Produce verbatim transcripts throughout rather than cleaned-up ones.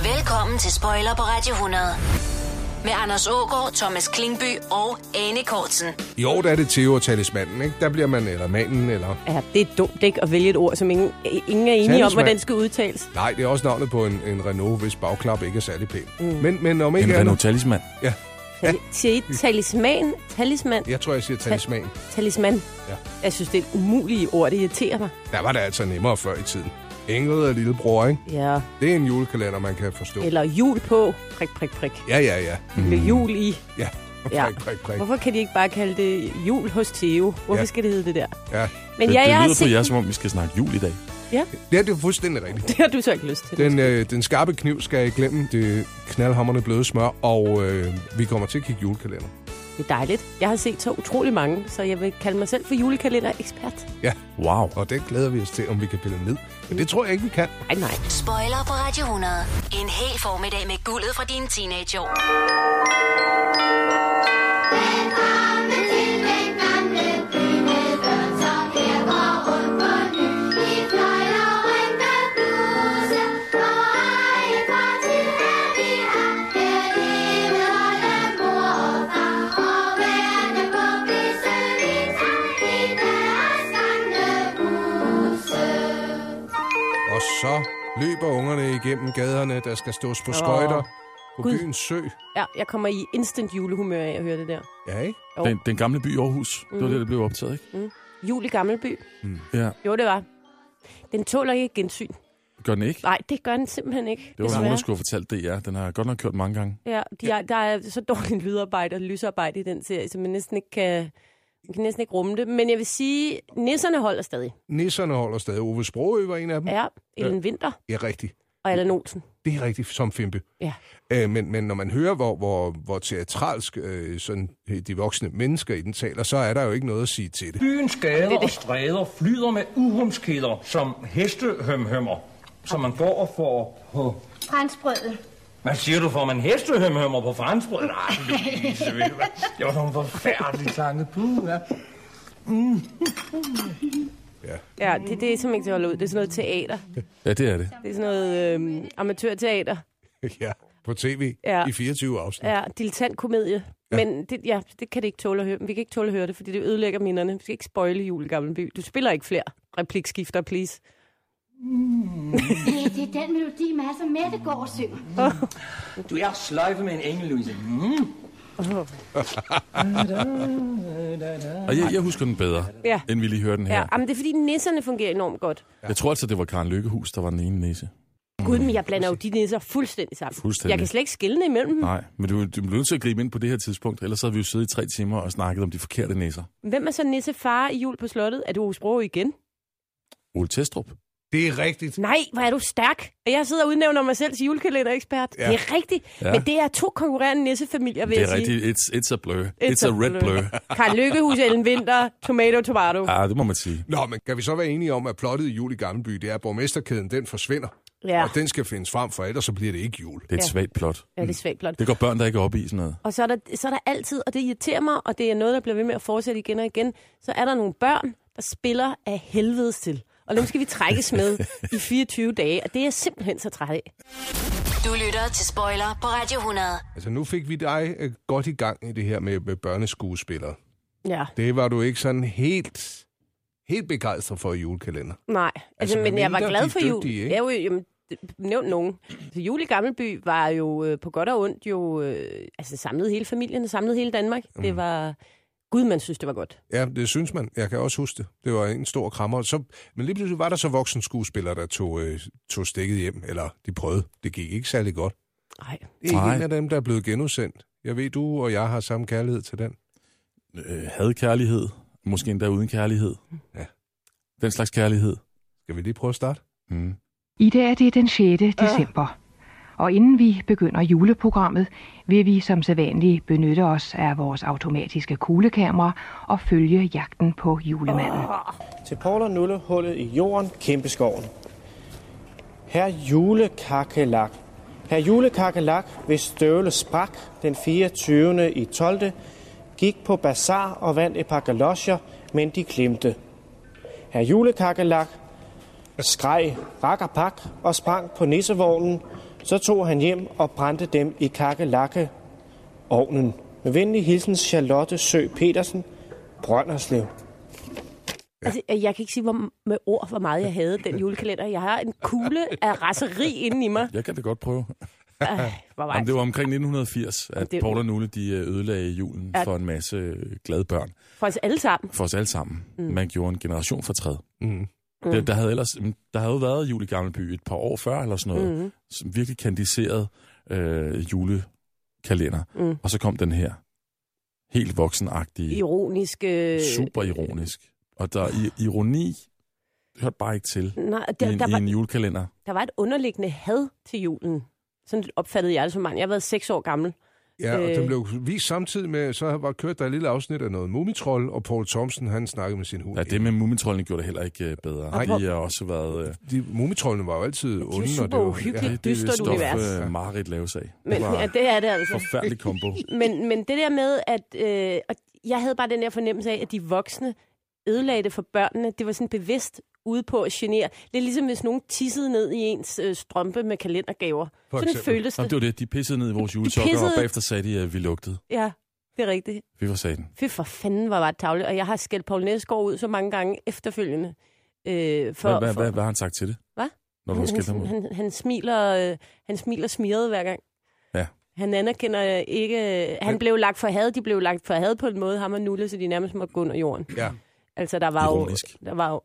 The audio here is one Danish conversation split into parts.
Velkommen til Spoiler på Radio hundrede. Med Anders Aagaard, Thomas Klingby og Ane Kortsen. I år der er det Theo og Talismanen, ikke? Der bliver man, eller manen, eller... Ja, det er dumt ikke at vælge et ord, som ingen, ingen er enige Talisman. om, hvordan skal udtales. Nej, det er også navnet på en, en Renault, hvis bagklap ikke er særlig pæn. Mm. Men, men om ikke en Renault Talisman? Ja. Ja. Siger I talisman? Talisman? Jeg tror, jeg siger talisman. Ta- talisman? Ja. Jeg synes, det er et umuligt ord, det irriterer mig. Der var det altså nemmere før i tiden. Engel og lillebror, ikke? Ja. Det er en julekalender, man kan forstå. Eller jul på, prik, prik, prik. Ja, ja, ja. Mm. Eller jul i. Ja, prik, ja. prik, prik. Hvorfor kan de ikke bare kalde det jul hos Theo? Hvorfor ja. skal det hedde det der? Ja. Men det, ja, det jeg lyder set... på jer, som om vi skal snakke jul i dag. Ja. Ja, det er fuldstændig rigtigt. Det har du så ikke lyst til. Den, øh, den skarpe kniv skal I glemme. Det knaldhamrende bløde smør, og øh, vi kommer til at kigge julekalender. Det er dejligt. Jeg har set så utrolig mange, så jeg vil kalde mig selv for julekalender-ekspert. Ja. Wow. Og det glæder vi os til, om vi kan pille ned. Men det tror jeg ikke, vi kan. Nej, nej. Spoiler på Radio hundrede. En hel formiddag med guldet fra dine teenageår. Og så løber ungerne igennem gaderne, der skal stås på skøjter på Gud. byens sø. Ja, jeg kommer i instant julehumør af at høre det der. Ja, ikke? Den, den gamle by Aarhus, mm. det var det, der blev optaget, ikke? Mm. Jul i Gammelby. Mm. Ja. Jo, det var. Den tåler ikke gensyn. Gør den ikke? Nej, det gør den simpelthen ikke. Det var nogen, der skulle have fortalt det, ja. Den har godt nok kørt mange gange. Ja, de er, der er så dårligt lydarbejde og lysarbejde i den serie, så man næsten ikke kan, man kan næsten ikke rumme det. Men jeg vil sige, nisserne holder stadig. Nisserne holder stadig. Ove Sprogøe var en af dem. Ja, Ellen Winter Ja, rigtigt. og Allan Olsen. Det er rigtigt, som Fimpe. Ja. Øh, men, men når man hører, hvor, hvor, hvor teatralsk øh, sådan, de voksne mennesker i den taler, så er der jo ikke noget at sige til det. Byens gader og stræder flyder med uhumskilder som hestehømhømmer, som man går og får på... franskbrødet. Hvad siger du, får man hestehømhømmer på franskbrødet? Nej, Louise, ved du hvad? Det var nogle forfærdelige sange. Puh, ja. Mm. Ja, Ja, det, det er simpelthen ikke til at holde ud. Det er sådan noget teater. Ja, det er det. Det er sådan noget øh, amatørteater. ja på tv Ja. i fireogtyve afsnit. Ja, dilettantkomedie. Ja. Men det, ja, det kan det ikke tåle at høre. Vi kan ikke tåle at høre det, fordi det ødelægger minderne. Vi skal ikke spoile Jul i Gammelby. Du spiller ikke flere replikskifter, please. Mm. Ja, det er den melodi, Mads og Mette går og synger. Oh. Du er sløjfe med en engel, Louise. Mm. Oh. Og jeg, jeg husker den bedre, ja. end vi lige hørte den her. Ja, men det er fordi nisserne fungerer enormt godt. Jeg tror altså, det var Karen Lykkehus, der var den ene nisse. Gud, men jeg blander jo de nisser fuldstændig sammen. Fuldstændig. Jeg kan slet ikke skille imellem dem. Nej, men du, du bliver nødt til at gribe ind på det her tidspunkt, ellers havde vi jo siddet i tre timer og snakket om de forkerte nisser. Hvem er så nissefar i Jul på slottet? Er du Ove Sprogøe igen? Ole Testrup. Det er rigtigt. Nej, hvor er du stærk. Jeg sidder og udnævner mig selv til julekalenderekspert. Ja. Det er rigtigt. Ja. Men det er to konkurrerende nissefamilier, vil jeg sige. Det er rigtigt. It's, it's a blur. It's, it's a, a red blur. Karen Lykkehus, Ellen Winter, Tomato, Tomato. Ja, det må man sige. Nå, men kan vi så være enige om, at plottet i Jul i Gammelby, det er, at borgmesterkæden, den forsvinder. Ja. Og den skal findes frem for, ellers så bliver det ikke jul. Det er et ja. svagt plot. Ja, det er svagt plot. Det går børn, der ikke er oppe i sådan noget. Og så er, der, så er der altid, og det irriterer mig, og det er noget, der bliver ved med at fortsætte igen og igen, så er der nogle børn, der spiller af helvedes til. Og dem skal vi trækkes med i fireogtyve dage, og det er jeg simpelthen så træt af. Du lytter til Spoiler på Radio hundrede. Altså, nu fik vi dig uh, godt i gang i det her med, med børneskuespillere. Ja. Det var du ikke sådan helt, helt begejstret for i julekalender. Nej, altså, Altså, men jeg var mindre, glad de for er jul. dygtige, ikke? Jeg jo, jamen, nævn nogen. Så Jul i Gammelby var jo øh, på godt og ondt jo, øh, altså samlede hele familien, samlede hele Danmark. Mm. Det var... Gud, man synes, det var godt. Ja, det synes man. Jeg kan også huske det. Det var en stor krammer. Så, men lige pludselig var der så voksen skuespillere, der tog, øh, tog stikket hjem. Eller de prøvede. Det gik ikke særlig godt. Nej. Det er en af dem, der er blevet genudsendt. Jeg ved, du og jeg har samme kærlighed til den. Øh, hadkærlighed. Måske endda uden kærlighed. Ja. Den slags kærlighed. Skal vi lige prøve at starte? Mm. I dag er det den sjette december. Og inden vi begynder juleprogrammet, vil vi som sædvanligt benytte os af vores automatiske kuglekamera og følge jagten på julemanden. Til Paul og Nulle, hullet i jorden, kæmpeskoven. Herr julekakelak. Herr julekakelak, hvis støvle sprak den fireogtyvende i tolvte gik på bazar og vandt et par galosjer, men de klemte. Herr julekakelak skreg rak og pak og sprang på nissevognen, Så tog han hjem og brændte dem i kakelakke-ovnen. Med venlig hilsen Charlotte Sø Petersen, Brønderslev. Ja. Altså, jeg kan ikke sige hvor, med ord, hvor meget jeg havde den julekalender. Jeg har en kugle af raseri inde i mig. Jeg kan det godt prøve. Øh, hvor Jamen, det var omkring nitten firs, at det... Poul og Nulle de ødelagde julen ja. for en masse glade børn. For os alle sammen. For os alle sammen. Mm. Man gjorde en generation fortræd. Mm. Mm. Der, der, havde ellers, der havde jo været jul i Gammelby et par år før, eller sådan noget, mm. som virkelig kandiseret øh, julekalender. Mm. Og så kom den her helt voksenagtige. Ironisk. Øh... Super ironisk. Og der i, ironi hørte bare ikke til Nej, der, i, en, der var, i en julekalender. Der var et underliggende had til julen. Sådan opfattede jeg det som mand. Jeg har været seks år gammel. Ja, og den blev vist samtidig med, så var kørt der et lille afsnit af noget Mumitrold, og Poul Thomsen, han snakkede med sin hund. Ja, det med Mumitrollene gjorde det heller ikke bedre. Nej, de har også været... Øh... De Mumitrollene var jo altid onde. Det er super uhyggeligt, ja, dystert univers. Det er stof, Marit laves af. Men, ja, det er det altså. Forfærdelig kombo. men, men det der med, at øh, jeg havde bare den der fornemmelse af, at de voksne ødelagde det for børnene. Det var sådan bevidst ude på at genere. Det er ligesom, hvis nogen tissede ned i ens øh, strømpe med kalendergaver. Sådan føltes det. Jamen, det var det. De pissede ned i vores julesokker, pissede... og bagefter sagde de, at vi lugtede. Ja, det er rigtigt. Vi var satan. Fy for fanden, hvor var det tavle. Og jeg har skældt Poul Næsgaard ud så mange gange efterfølgende. Øh, for, hvad, hvad, for... hvad, hvad har han sagt til det? Hvad? Når du han, han, han, han, smiler, øh, han smiler smiret hver gang. Ja. Han anerkender ikke... Han men... blev lagt for had. De blev lagt for had på en måde. Ham og Nulle, så de nærmest måtte gå under jorden. Ja. Altså, der var Ironisk. jo... Der var jo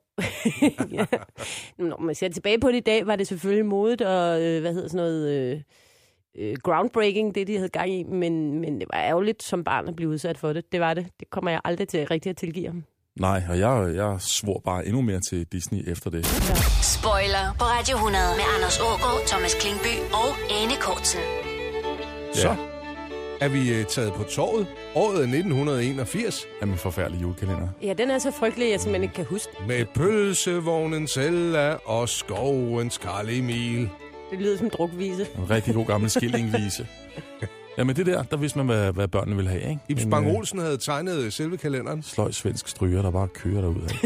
ja. Når man ser tilbage på det i dag, var det selvfølgelig modet og, øh, hvad hedder sådan noget, øh, øh, groundbreaking, det de havde gang i, men, men det var ærgerligt som barn at blive udsat for det. Det var det. Det kommer jeg aldrig til rigtig at tilgive ham. Nej, og jeg, jeg svor bare endnu mere til Disney efter det. Ja. Spoiler på Radio hundrede med Anders Aagaard, Thomas Klingby og Ane Kortsen. Ja. Så er vi uh, taget på torvet. Året er nitten enogfirs. Jamen, forfærdelig julekalender. Ja, den er så frygtelig, at jeg simpelthen ikke kan huske. Med pølsevognen Sella og skovens Karl Emil. Det lyder som drukvise. En rigtig god gammel skillingvise. Jamen det der, der vidste man, hvad, hvad børnene ville have, ikke? Ibs Bang Olsen havde tegnet selve kalenderen. Sløj svensk stryger, der bare kører derud af.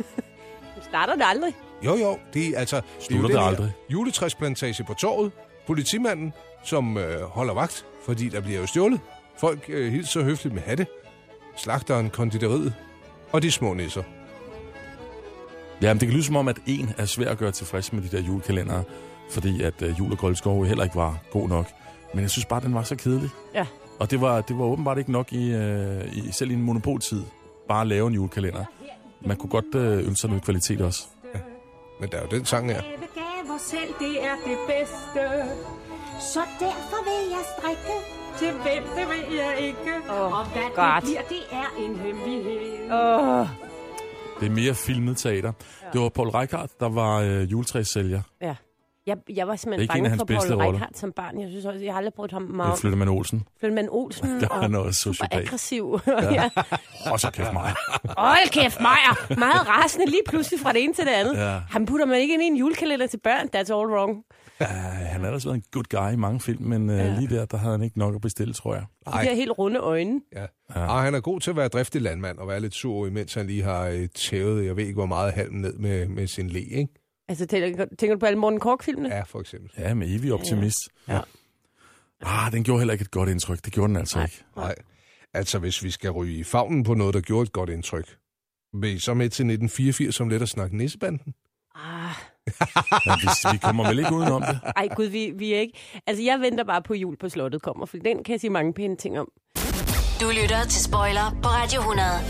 Starter det aldrig? Jo, jo. Det er altså... Slutter det, det aldrig. Juletræsplantage på torvet. Politimanden, som øh, holder vagt, fordi der bliver jo stjålet. Folk øh, hilser så høfligt med hatte. Slagteren, konditoriet og de små nisser. Jamen, det kan lyde som om, at en er svær at gøre tilfreds med de der julekalendere, fordi at uh, Jul og Grønskov heller ikke var god nok. Men jeg synes bare, den var så kedelig. Ja. Og det var, det var åbenbart ikke nok, i, uh, i selv i en monopoltid, bare at lave en julekalender. Man kunne godt uh, ønske sig noget kvalitet også. Ja. Men der er jo den sang her. Gaver selv, det er det bedste. Så derfor vil jeg strikke. Til hvem, det ved jeg ikke. Oh, og hvad God. det bliver, det er en hemmelighed. Oh. Det er mere filmet teater. Ja. Det var Poul Reichhardt, der var øh, juletræssælger. Ja. Jeg, jeg var simpelthen bange for Poul Reichhardt som barn. Jeg synes også, jeg har aldrig brugt ham meget. Det Flyttemann Olsen. Flyttemann Olsen. Der er og noget sociopat. Aggressiv. Ja. ja. Og så kæft mig. Hold kæft mig. Meget rasende lige pludselig fra det ene til det andet. Ja. Han putter man ikke ind i en julekalender til børn. That's all wrong. Uh, han har ellers været en good guy i mange film, men uh, ja. lige der, der havde han ikke nok at bestille, tror jeg. De der helt runde øjne. Ja. Ja. Og han er god til at være driftig landmand og være lidt sur, imens han lige har uh, tævet, jeg ved ikke, hvor meget halm ned med, med sin le, ikke? Altså, tænker, tænker du på alle Morten Korch-filmene? Ja, for eksempel. Ja, med evig optimist. Ja. Ja. Ah, den gjorde heller ikke et godt indtryk. Det gjorde den altså Nej. ikke. Nej. Altså, hvis vi skal ryge i favnen på noget, der gjorde et godt indtryk, vil I så med til nitten fireogfirs som let at snakke Nissebanden? Ah. Ja, vi, vi kommer vel ikke udenom det? Ej gud, vi, vi er ikke... Altså, jeg venter bare på Jul på Slottet kommer, for den kan jeg sige mange pæne ting om. Du lytter til Spoiler på Radio hundrede.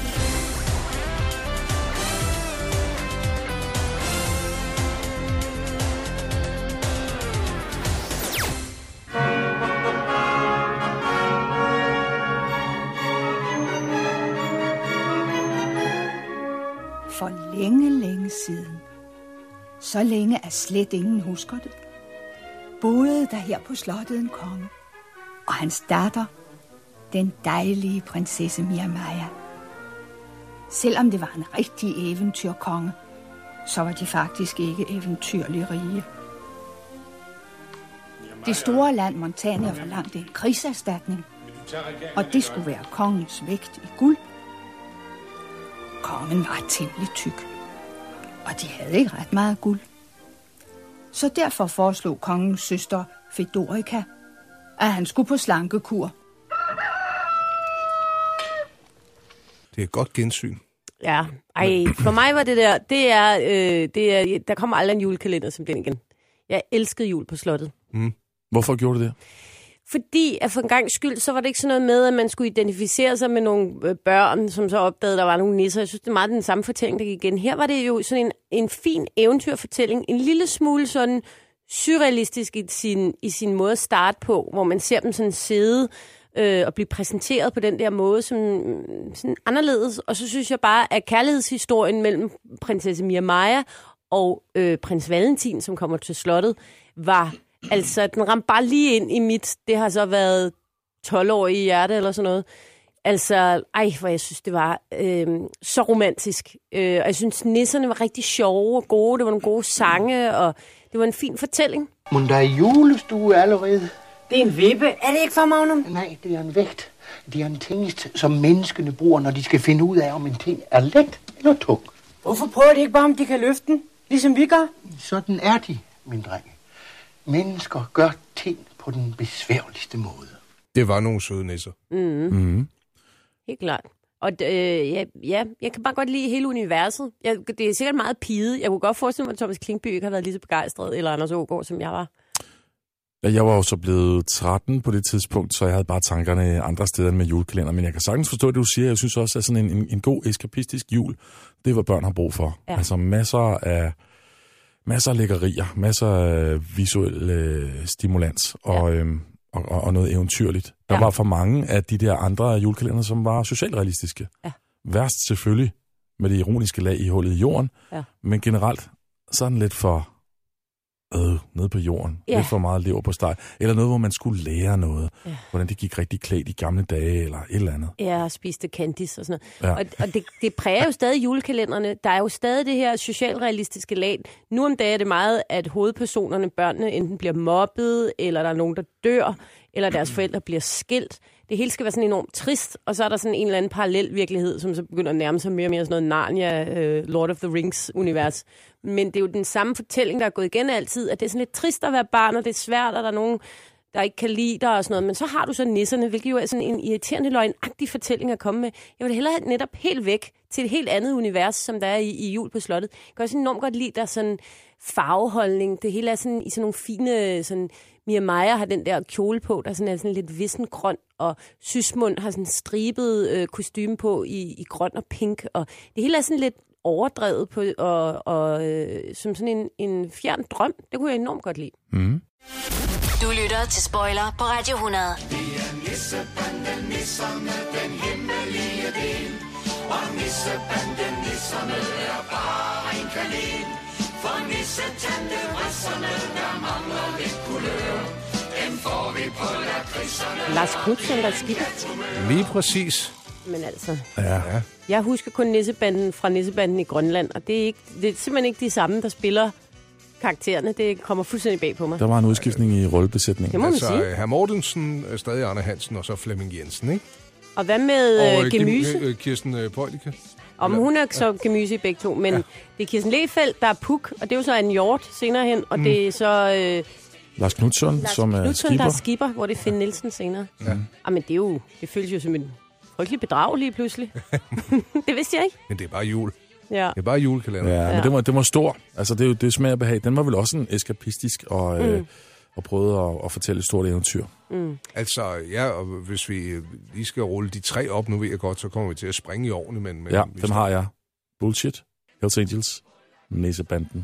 For længe, længe siden, så længe at slet ingen husker det, boede der her på slottet en konge, og hans datter, den dejlige prinsesse Miamaja. Selvom det var en rigtig eventyrkonge, så var de faktisk ikke eventyrlige rige. Det store land Montania forlangte en krigserstatning, og det skulle være kongens vægt i guld. Kongen var temmelig tyk, og de havde ikke ret meget guld. Så derfor foreslog kongens søster Fedorika, at han skulle på slankekur. Det er et godt gensyn. Ja, ej, for mig var det der, det er, øh, det er, der kommer aldrig en julekalender som den igen. Jeg elskede jul på slottet. Mm. Hvorfor gjorde du det? Fordi, at for en gang skyld, så var det ikke sådan noget med, at man skulle identificere sig med nogle børn, som så opdagede, at der var nogle nisser. Jeg synes, det er meget den samme fortælling, der gik igen. Her var det jo sådan en, en fin eventyrfortælling, en lille smule sådan surrealistisk i sin, i sin måde at starte på, hvor man ser dem sådan sidde øh, og blive præsenteret på den der måde, som sådan anderledes. Og så synes jeg bare, at kærlighedshistorien mellem prinsesse Mia Maja og øh, prins Valentin, som kommer til slottet, var... Altså, den ramte bare lige ind i mit, det har så været tolv år i hjerte eller sådan noget. Altså, ej, hvor jeg synes, det var øh, så romantisk. Øh, og jeg synes, nisserne var rigtig sjove og gode. Det var nogle gode sange, og det var en fin fortælling. Men der er julestue allerede. Det er en vippe. Er det ikke for, Magnum? Nej, det er en vægt. Det er en tingest, som menneskene bruger, når de skal finde ud af, om en ting er let eller tung. Hvorfor prøver de ikke bare, om de kan løfte den, ligesom vi gør? Sådan er de, min dreng. Mennesker gør ting på den besværligste måde. Det var nogle søde nisser. Mm. Mm. Helt klart. Og øh, ja, ja, jeg kan bare godt lide hele universet. Jeg, det er sikkert meget pide. Jeg kunne godt forestille mig, at Thomas Klingby ikke har været lige så begejstret, eller Anders Aagaard, som jeg var. Ja, jeg var jo så blevet tretten på det tidspunkt, så jeg havde bare tankerne andre steder end med julekalender. Men jeg kan sagtens forstå det, du siger. Jeg synes også, at sådan en, en, en god eskapistisk jul, det er, hvad børn har brug for. Ja. Altså masser af... Masser af lækkerier, masser af visuel øh, stimulans og, ja. øhm, og, og, og noget eventyrligt. Der ja. var for mange af de der andre julekalender, som var socialrealistiske. Ja. Værst selvfølgelig med det ironiske lag i hullet i jorden, ja. Men generelt sådan lidt for øh, nede på jorden. Ja. Lidt for meget lever på steg. Eller noget, hvor man skulle lære noget. Ja. Hvordan det gik rigtig klædt i gamle dage, eller et eller andet. Ja, og spiste candies og sådan noget. Ja. Og, og det, det præger jo stadig julekalenderne. Der er jo stadig det her socialrealistiske lag. Nu om dagen er det meget, at hovedpersonerne, børnene, enten bliver mobbet, eller der er nogen, der dør, eller deres forældre bliver skilt. Det hele skal være sådan enormt trist, og så er der sådan en eller anden parallel virkelighed, som så begynder at nærme sig mere og mere sådan noget Narnia, uh, Lord of the Rings-univers. Men det er jo den samme fortælling, der er gået igen altid, at det er sådan lidt trist at være barn, og det er svært, og der er nogen, der ikke kan lide dig og sådan noget. Men så har du så nisserne, hvilket jo er sådan en irriterende, løgnagtig fortælling at komme med. Jeg vil hellere have netop helt væk til et helt andet univers, som der er i, i Jul på slottet. Jeg kan også enormt godt lide, der er sådan farveholdning. Det hele er sådan i sådan nogle fine... Sådan, Mia Maja har den der kjole på, der sådan er sådan lidt vissengrøn, og Sysmund har sådan stribet øh, kostume på i, i grøn og pink, og det hele er sådan lidt overdrevet på, og, og øh, som sådan en, en fjern drøm. Det kunne jeg enormt godt lide. Mm. Du lytter til Spoiler på Radio hundrede. Det er Nissebanden, nisserne, den hemmelige del. Og Nissebanden, nisserne er bare en kanin. For nissetante risserne, der mangler lidt kulør. Dem får vi på lakridserne. Lars Knudsen, der skipper. Lige præcis. Men altså, ja. Jeg husker kun Nissebanden fra Nissebanden i Grønland, og det er, ikke, det er simpelthen ikke de samme, der spiller karaktererne. Det kommer fuldstændig bag på mig. Der var en udskiftning i rollebesætningen. Det må man altså, sige. Hr. Mortensen, stadig Arne Hansen, og så Flemming Jensen, ikke? Og hvad med og, uh, Gemyse? Kim, Kirsten uh, Pøjlike. Om hun er så Gemyse i begge to, men ja. Det er Kirsten Lehfeldt, der er Puk, og det er jo så en hjort senere hen, og mm. det er så... Øh, Lars Knudsen, Lars som er Knudsen, skipper. der er skipper, hvor det er Finn Nielsen senere. Ja. Ah, men det er jo... Det føles jo som en frygtelig bedrag lige pludselig. Det vidste jeg ikke. Men det er bare jul. Ja. Det er bare julekalender. Ja, men ja. det var, det var stor. Altså, det er jo det smag og behag. Den var vel også en eskapistisk og, mm. øh, og prøvede at, at fortælle et stort eventyr. Mm. Altså, ja, og hvis vi lige skal rulle de tre op, nu ved jeg godt, så kommer vi til at springe i årene. Men, men ja, dem skal... har jeg. Bullshit, Hells Angels, Nissebanden.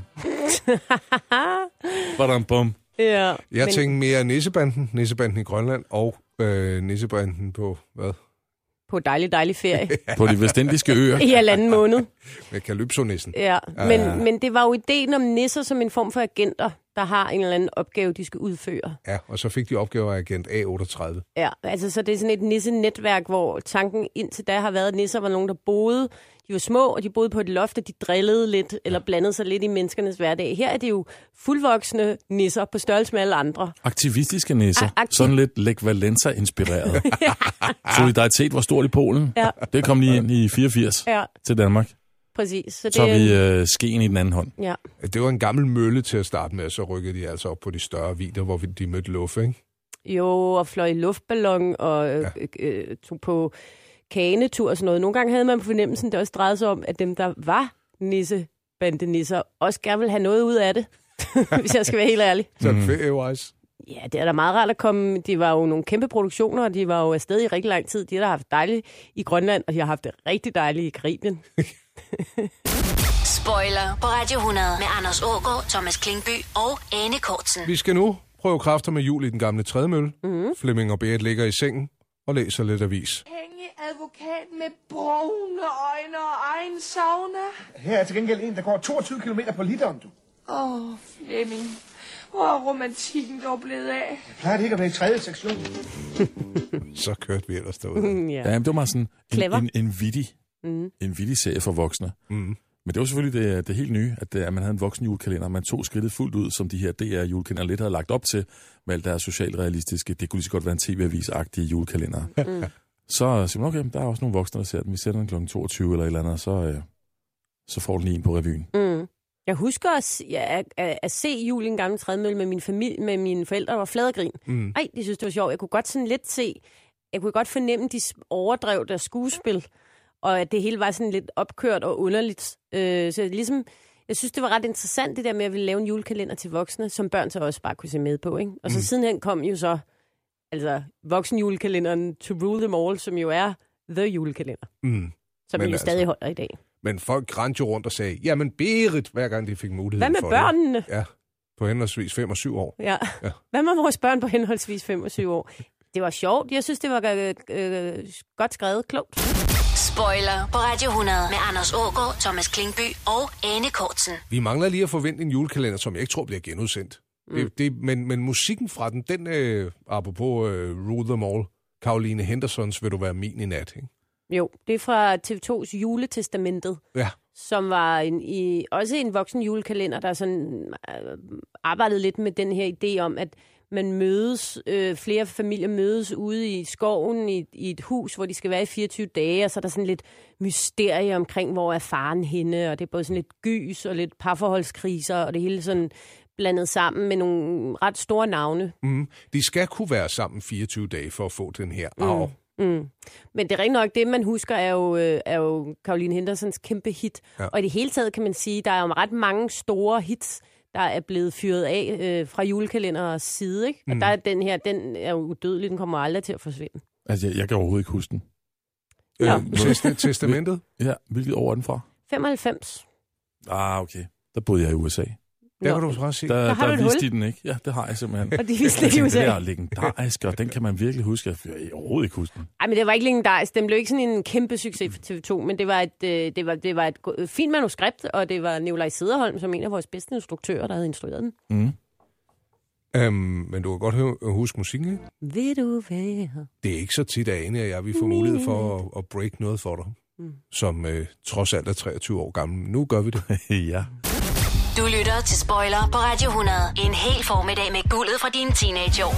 Badam bum. Ja, jeg men... tænkte mere Nissebanden, Nissebanden i Grønland og øh, Nissebanden på hvad? På dejlig, dejlig ferie. På de vestindiske øer. I halvanden måned. Med Calypso-nissen. Ja, ja. Men, men det var jo ideen om nisser som en form for agenter, der har en eller anden opgave, de skal udføre. Ja, og så fik de opgaver af agent A otteogtredive. Ja, altså så det er sådan et nissenetværk, hvor tanken indtil da har været, at nisser var nogen, der boede. De var små, og de boede på et loft, og de drillede lidt, eller blandede sig lidt i menneskernes hverdag. Her er det jo fuldvoksne nisser på størrelse med alle andre. Aktivistiske nisser. Aktiv... Sådan lidt Lech Walesa-inspireret. Solidaritet var stort i Polen. Ja. Det kom lige ind i fireogfirs ja. Til Danmark. præcis. Så, det så har vi øh, skeen i den anden hånd. Ja. Det var en gammel mølle til at starte med, så rykkede de altså op på de større vidder, hvor de mødte Luffe, ikke? Jo, og fløj i luftballon og øh, ja. øh, tog på kanetur og sådan noget. Nogle gange havde man på fornemmelsen, det også drejede sig om, at dem, der var nissebandenisser, også gerne ville have noget ud af det, hvis jeg skal være helt ærlig. Sådan ferie-wise. Ja, det er da meget rart at komme. De var jo nogle kæmpe produktioner, og de var jo afsted i rigtig lang tid. De har da haft dejligt i Grønland, og de har haft det rigtig dejligt i Karibien. Spoiler på Radio hundrede med Anders Aagaard, Thomas Klingby og Ane Kortsen. Vi skal nu prøve kræfter med jul i den gamle trædemølle. Mm-hmm. Flemming og Berit ligger i sengen og læser lidt avis. Penge advokat med brune øjne og egen sauna. Her er til gengæld en, der går toogtyve kilometer på literen, du. Åh, oh, Flemming. Hvor er romantikken dog blevet af? Jeg plejer det ikke at være i tredje sektion. Så kørte vi ellers derude. Mm, ja. Ja, men det var meget sådan en, en, en, vittig, mm. en vittig serie for voksne. Mm. Men det var selvfølgelig det, det helt nye, at, det, at man havde en voksen julekalender. Man tog skridtet fuldt ud, som de her D R-julekalender lidt havde lagt op til, med alt deres socialrealistiske, det kunne lige så godt være en tv-avis-agtige julekalender. Mm. Så siger man, okay, der er også nogle voksne, der ser den. Vi sætter den klokken toogtyve eller et eller andet, og så, øh, så får den lige en på revyen. Mm. Jeg husker at, ja, at, at se jul i en gammel trædemølle med min familie, med mine forældre, der var fladegrin. Mm. Ej, de synes, det var sjovt. Jeg kunne godt sådan lidt se, jeg kunne godt fornemme, de overdrev deres skuespil, og at det hele var sådan lidt opkørt og underligt. Øh, så ligesom, jeg synes, det var ret interessant, det der med at ville lave en julekalender til voksne, som børn så også bare kunne se med på, ikke? Og så mm. sidenhen kom jo så, altså, voksenjulekalenderen To Rule Them All, som jo er The Julekalender, mm. som vi jo altså stadig holder i dag. Men folk rendte jo rundt og sagde, jamen Berit, hver gang de fik mulighed for det. Hvad med børnene? Ja, på henholdsvis fem og syv år. Ja. ja. Hvad med vores børn på henholdsvis fem og syv år? Det var sjovt. Jeg synes, det var øh, øh, godt skrevet, klogt. Spoiler på Radio hundrede med Anders Aagaard, Thomas Klingby og Ane Kortsen. Vi mangler lige at forvente en julekalender, som jeg ikke tror bliver genudsendt. Mm. Det, det, men, men musikken fra den, den øh, apropos øh, Rule Them All, Caroline Hendersons Vil du være min i nat, ikke? Jo, det er fra T V to's Juletestamentet, ja. som var en, i, også en voksen julekalender, der sådan øh, arbejdede lidt med den her idé om, at man mødes, øh, flere familier mødes ude i skoven i, i et hus, hvor de skal være i fireogtyve dage, og så er der sådan lidt mysterie omkring, hvor er faren henne, og det er både sådan lidt gys og lidt parforholdskriser, og det hele sådan blandet sammen med nogle ret store navne. Mm. De skal kunne være sammen fireogtyve dage for at få den her arv. Mm. Mm. Men det er rigtig nok, det man husker er jo, er jo Caroline Hendersons kæmpe hit. Ja. Og i det hele taget kan man sige, der er jo ret mange store hits, der er blevet fyret af øh, fra julekalenderens side. Ikke? Og mm. der er den her, den er jo udødelig, den kommer aldrig til at forsvinde. Altså, jeg, jeg kan overhovedet ikke huske den. Ja. Øh, Testamentet? Ja, hvilket år er den fra? femoghalvfems. Ah, okay. Der boede jeg i U S A. Der kan du også se. Der, der, der viste de den ikke. Ja, det har jeg simpelthen. Og de viste det i U S A. Det er legendarisk, og den kan man virkelig huske. Jeg har overhovedet ikke huske den. Ej, men det var ikke legendarisk. Den blev ikke sådan en kæmpe succes for T V to, men det var et, det var, det var et fint manuskript, og det var Nikolaj Sederholm, som en af vores bedste instruktører, der havde instrueret den. Mm. Um, men du kan godt høre, huske musikken, ikke? Vil du være? Det er ikke så tit, at Ane og jeg, vi får mulighed for at, at break noget for dig, mm. som uh, trods alt er treogtyve år gammel. Nu gør vi det. Ja. Du lytter til Spoiler på Radio hundrede. En hel formiddag med guldet fra dine teenageår.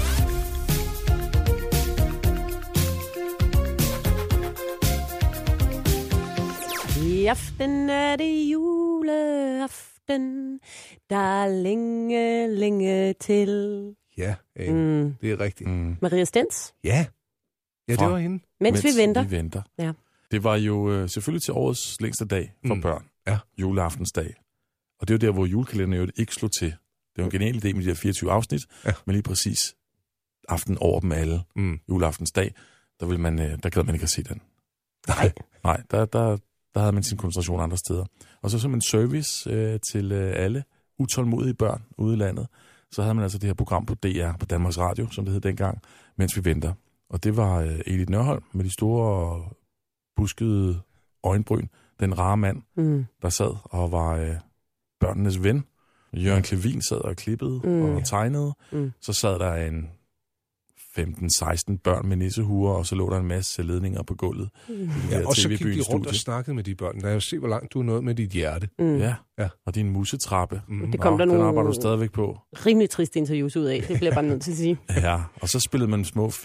I aften er det juleaften. Der er længe, længe til. Ja, øh, mm. det er rigtigt. Mm. Maria Stens? Ja. Ja, det var hende. Mens, Mens vi venter. vi venter. Ja. Det var jo øh, selvfølgelig til årets længste dag for mm. børn. Ja. Juleaftensdag. Og det er jo der, hvor julekalenderen jo ikke slog til. Det er jo en genial idé med de her fireogtyve afsnit, ja. Men lige præcis aften over dem alle, mm. juleaftensdag, der, vil man, der gad man ikke at se den. Nej. Nej, der, der, der havde man sin koncentration andre steder. Og så som en service øh, til øh, alle utålmodige børn ude i landet, så havde man altså det her program på D R, på Danmarks Radio, som det hed dengang, Mens vi venter. Og det var øh, Edith Nørholm med de store buskede øjenbryn, den rare mand, mm. der sad og var øh, børnenes ven. Jørgen Klevin sad og klippede mm. og tegnede. Mm. Så sad der en femten seksten børn med nissehuer, og så lå der en masse ledninger på gulvet. Mm. Ja, og så gik de rundt og snakkede med de børn. Lad os se, hvor langt du er nået med dit hjerte. Mm. Ja. ja, og din musetrappe. Mm. Det kom Nå, der den nogle arbejder du stadigvæk på. Rimelig trist interviews ud af, det bliver bare nødt til at sige. Ja, og så spillede man små film,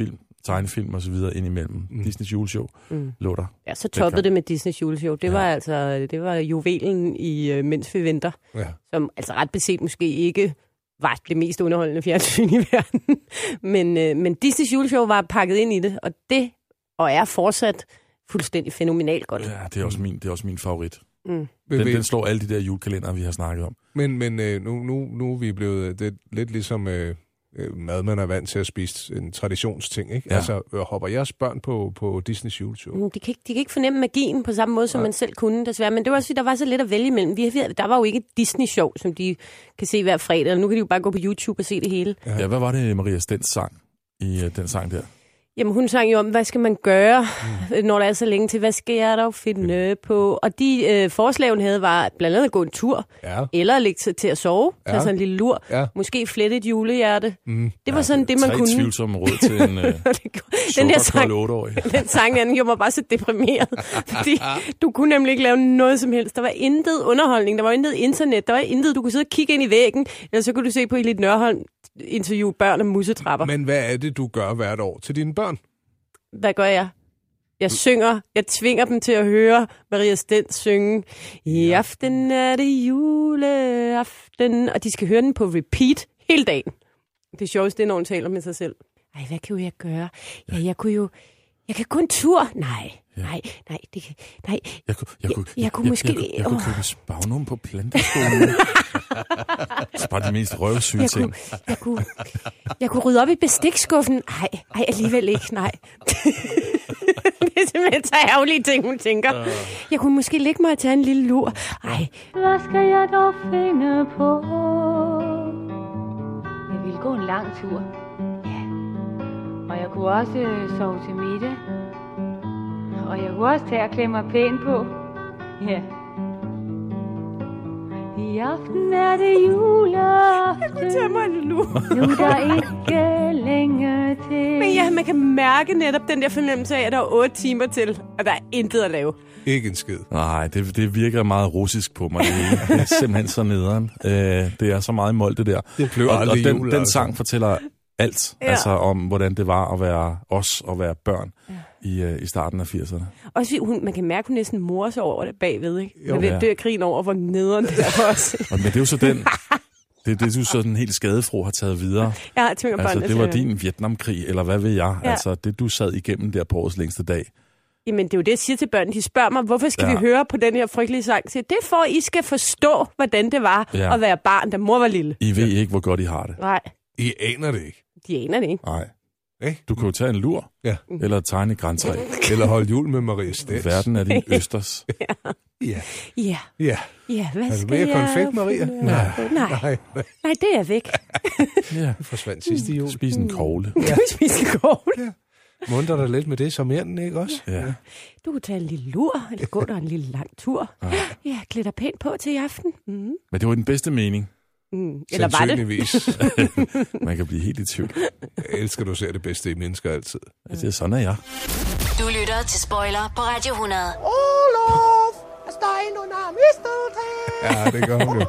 tegnefilm og så videre indimellem. Mm. Disneys juleshow mm. lå der. Ja, så toppede det med Disneys juleshow. Det ja. var altså det var juvelen i uh, Mens vi venter, ja. som altså ret beset måske ikke var det mest underholdende fjernsyn i verden. men, uh, men Disneys juleshow var pakket ind i det, og det og er fortsat fuldstændig fænomenalt godt. Ja, det er også min, det er også min favorit. Mm. Den, den slår alle de der julekalendere, vi har snakket om. Men, men øh, nu, nu, nu er vi blevet det er lidt ligesom øh, mad, man er vant til at spise, en traditionsting, ikke? Ja. Altså, øh, hopper jeres børn på, på Disneys juleshow? Mm, de, kan ikke, de kan ikke fornemme magien på samme måde, som ja. man selv kunne, desværre. Men det var også fordi, der var så lidt at vælge imellem. Vi, der var jo ikke et Disney-show, som de kan se hver fredag. Nu kan de jo bare gå på YouTube og se det hele. Ja, ja hvad var det, Maria Stens sang i uh, den sang der? Jamen, hun sang jo om, hvad skal man gøre, mm. når der er så længe til, hvad skal jeg dog finde mm. på? Og de øh, forslag, hun havde, var blandt andet at gå en tur, ja. eller at lægge sig til at sove, ja. tage sådan en lille lur, ja. måske flette et julehjerte. Mm. Det var ja, sådan det, man kunne. Tre tvivlsomme råd til en øh, den der sang, otteårig. Den sang, den gjorde mig bare så deprimeret, fordi du kunne nemlig ikke lave noget som helst. Der var intet underholdning, der var intet internet, der var intet, du kunne sidde og kigge ind i væggen, eller så kunne du se på Elit Nørholm interview børn og musetrapper. Men hvad er det, du gør hvert år til dine børn? Hvad gør jeg? Jeg synger. Jeg tvinger dem til at høre Maria Stens synge. I aften er det juleaften. Og de skal høre den på repeat hele dagen. Det sjoveste, det er, når hun taler med sig selv. Ej, hvad kan jeg gøre? Ja, jeg kunne jo... Jeg kan gå en tur. Nej, ja. nej, nej, det kan... Nej. Jeg kunne, jeg kunne, jeg, jeg kunne jeg, måske... Jeg, jeg, jeg, jeg kunne købe spagnum på planteskolen. Det er bare de mest røvsyge jeg ting. Kunne, jeg, kunne, jeg kunne rydde op i bestikskuffen. Nej, ej, alligevel ikke, nej. Det er simpelthen så ærgerlige ting, hun tænker. Jeg kunne måske lægge mig og tage en lille lur. Ej. Hvad skal jeg dog finde på? Jeg ville gå en lang tur. Ja. Og jeg kunne også øh, sove til middag. Og jeg kunne også tage og klemme mig pænt på. Ja. I aften er det juleaften. Jeg kunne tage mig en lur. Nu er der ikke længe til. Men ja, man kan mærke netop den der fornemmelse af, at der er otte timer til, og der er intet at lave. Ikke en skid. Nej, det, det virker meget russisk på mig. Det, det er simpelthen så nederen. Øh, det er så meget mål, det der. Det blev og, aldrig og den, jul, den altså. sang fortæller alt, ja. altså om hvordan det var at være os og være børn ja. i, uh, i starten af firserne. Også hun, man kan mærke, hun næsten morer sig over det bagved, ikke? Jo. Man vil dø af krigen over, hvor nederen det er for os. Og, men det er jo så den, det, det er jo så den helt skadefro har taget videre. Ja, jeg tvinger altså, børnene det var til. din Vietnamkrig, eller hvad ved jeg? Ja. Altså, det du sad igennem der på årets længste dag. Jamen, det er jo det, jeg siger til børnene. De spørger mig, hvorfor skal ja. vi høre på den her frygtelige sang? Så det er for, at I skal forstå, hvordan det var ja. at være barn, da mor var lille. I ved ikke, hvor godt I har det. Nej. I aner det ikke. De aner det ikke. Nej. Du kan jo tage en lur, ja. eller tegne et græntræ. Eller holde jul med Maria Stens. Verden er din østers. ja. Ja. Ja. Ja, ja hvad er skal du mere jeg... konfekt, Maria? Nej. Nej. Nej. Nej, det er væk. ja. Det forsvandt sidste jul. Spis en kogle. Ja. Du spiser en kogle. Ja. Munter dig lidt med det som mænden, ikke også? Ja. ja. Du kunne tage en lille lur, eller gå der en lille lang tur. Ja, ja klæder pænt på til i aften. Mm. Men det var den bedste mening. Mm. Eller var det? Man kan blive helt i tvivl. Jeg elsker, du ser det bedste i mennesker altid. Ja, det er sådan, er jeg. Du lytter til Spoiler på Radio hundrede. Olof, jeg står ind under misteltræet. Ja, det gør hun jo.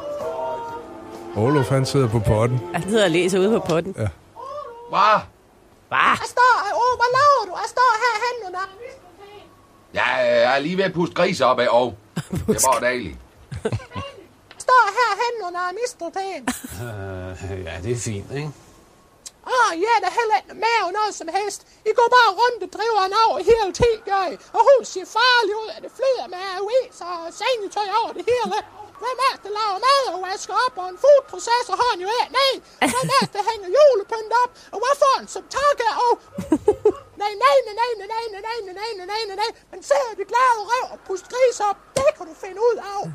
Olof, han sidder på potten. Han sidder og læser ude på potten. Ja. Hvad? Hvad? Jeg står her. Åh, hvad laver du? Jeg står her hen under misteltræet. Ja, jeg er lige ved at puste gris op af, og det var dejligt. Står her hen under misteltræet. Uh, ja, det er fint, ikke? Åh, oh, ja, der heller ikke med noget som helst. I går bare rundt og driver han over hele tiden, gør I. Og hun ser farlig ud, at det flyder med uis og sengetøj over det hele. Hvem er det, der laver mad og vasker op, og en foodprocessor har han jo af? Nej, hvem er det, der hænger julepynt op, og hvad får han som takke? Og nej, nej, nej, nej, nej, nej, nej, nej, nej, nej, nej, nej, nej. Men sidder de glade røv og puster gris op, det kan du finde ud af.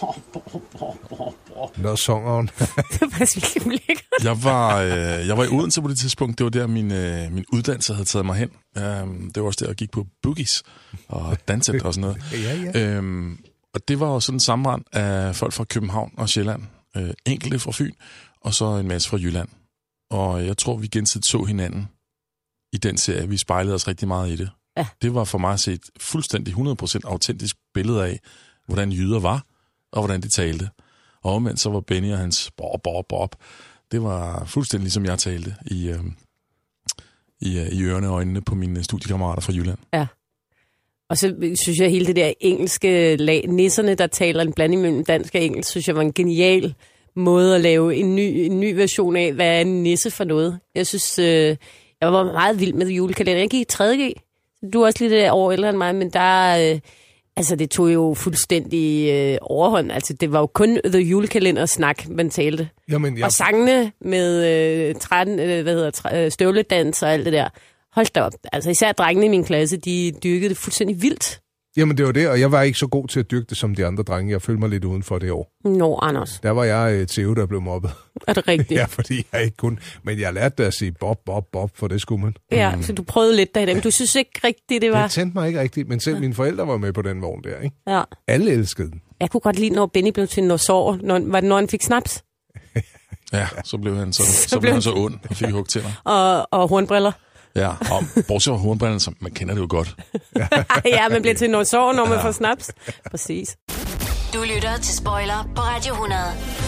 Nå, songer hun. Det var faktisk virkelig ulækkert. Jeg var, øh, jeg var i Odense på det tidspunkt. Det var der, min, øh, min uddannelse havde taget mig hen. Um, det var også der, jeg gik på boogies og danset og sådan noget. ja, ja. Um, og det var jo sådan en sammenrend af folk fra København og Sjælland. Uh, enkelte fra Fyn, og så en masse fra Jylland. Og jeg tror, vi gensidigt så hinanden i den serie. Vi spejlede os rigtig meget i det. Ja. Det var for mig at se et fuldstændig hundrede procent autentisk billede af, hvordan jyder var, og hvordan de talte. Og omvendt så var Benny og hans bob, bob, bob. Det var fuldstændig ligesom jeg talte i, øh, i, i ørerne og øjnene på mine studiekammerater fra Jylland. Ja. Og så synes jeg, hele det der engelske lag, nisserne, der taler en blanding mellem dansk og engelsk, synes jeg var en genial måde at lave en ny, en ny version af, hvad er en nisse for noget. Jeg synes, øh, jeg var meget vild med julekalender. Jeg gik i tredje G. Du er også lidt år ældre end mig, men der, øh, altså det tog jo fuldstændig øh, overhånd. Altså det var jo kun The Julekalender-snak, man talte. Jamen, jeg... Og sangene med øh, tretten, øh, hvad hedder, støvledans og alt det der. Hold da op. Altså især drengene i min klasse, de dyrkede det fuldstændig vildt. Jamen det var det, og jeg var ikke så god til at dyrke det som de andre drenge. Jeg følte mig lidt udenfor det år. Nå, Anders. Der var jeg øh, Theo, der blev mobbet. Er det rigtigt? Ja, fordi jeg ikke kunne. Men jeg lærte at sige bob, bob, bob, for det skulle man. Ja, mm. så du prøvede lidt derhen, men du synes ikke rigtigt, det var... Det tændte mig ikke rigtigt, men selv mine forældre var med på den vogn der, ikke? Ja. Alle elskede den. Jeg kunne godt lide, når Benny blev til en sår. Når, var det, når han fik snaps? Ja, så blev han så, så, så, blev han så ond og fik hugtænder. Og, og hornbriller. Ja, og bortset fra hornbrillerne, så man kender det jo godt. Ja, man bliver til noget sår, når man ja. får snaps. Præcis. Du lytter til Spoiler på Radio hundrede.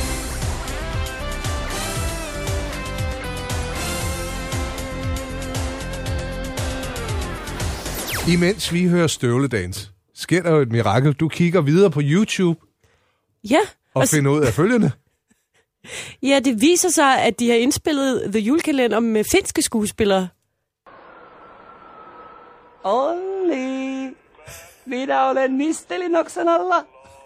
Imens vi hører støvledans, sker der jo et mirakel. Du kigger videre på YouTube ja, og, og finder ud af følgende. Ja, det viser sig, at de har indspillet The Julekalender med finske skuespillere. Olli, minä olen Misteli Noksanalla.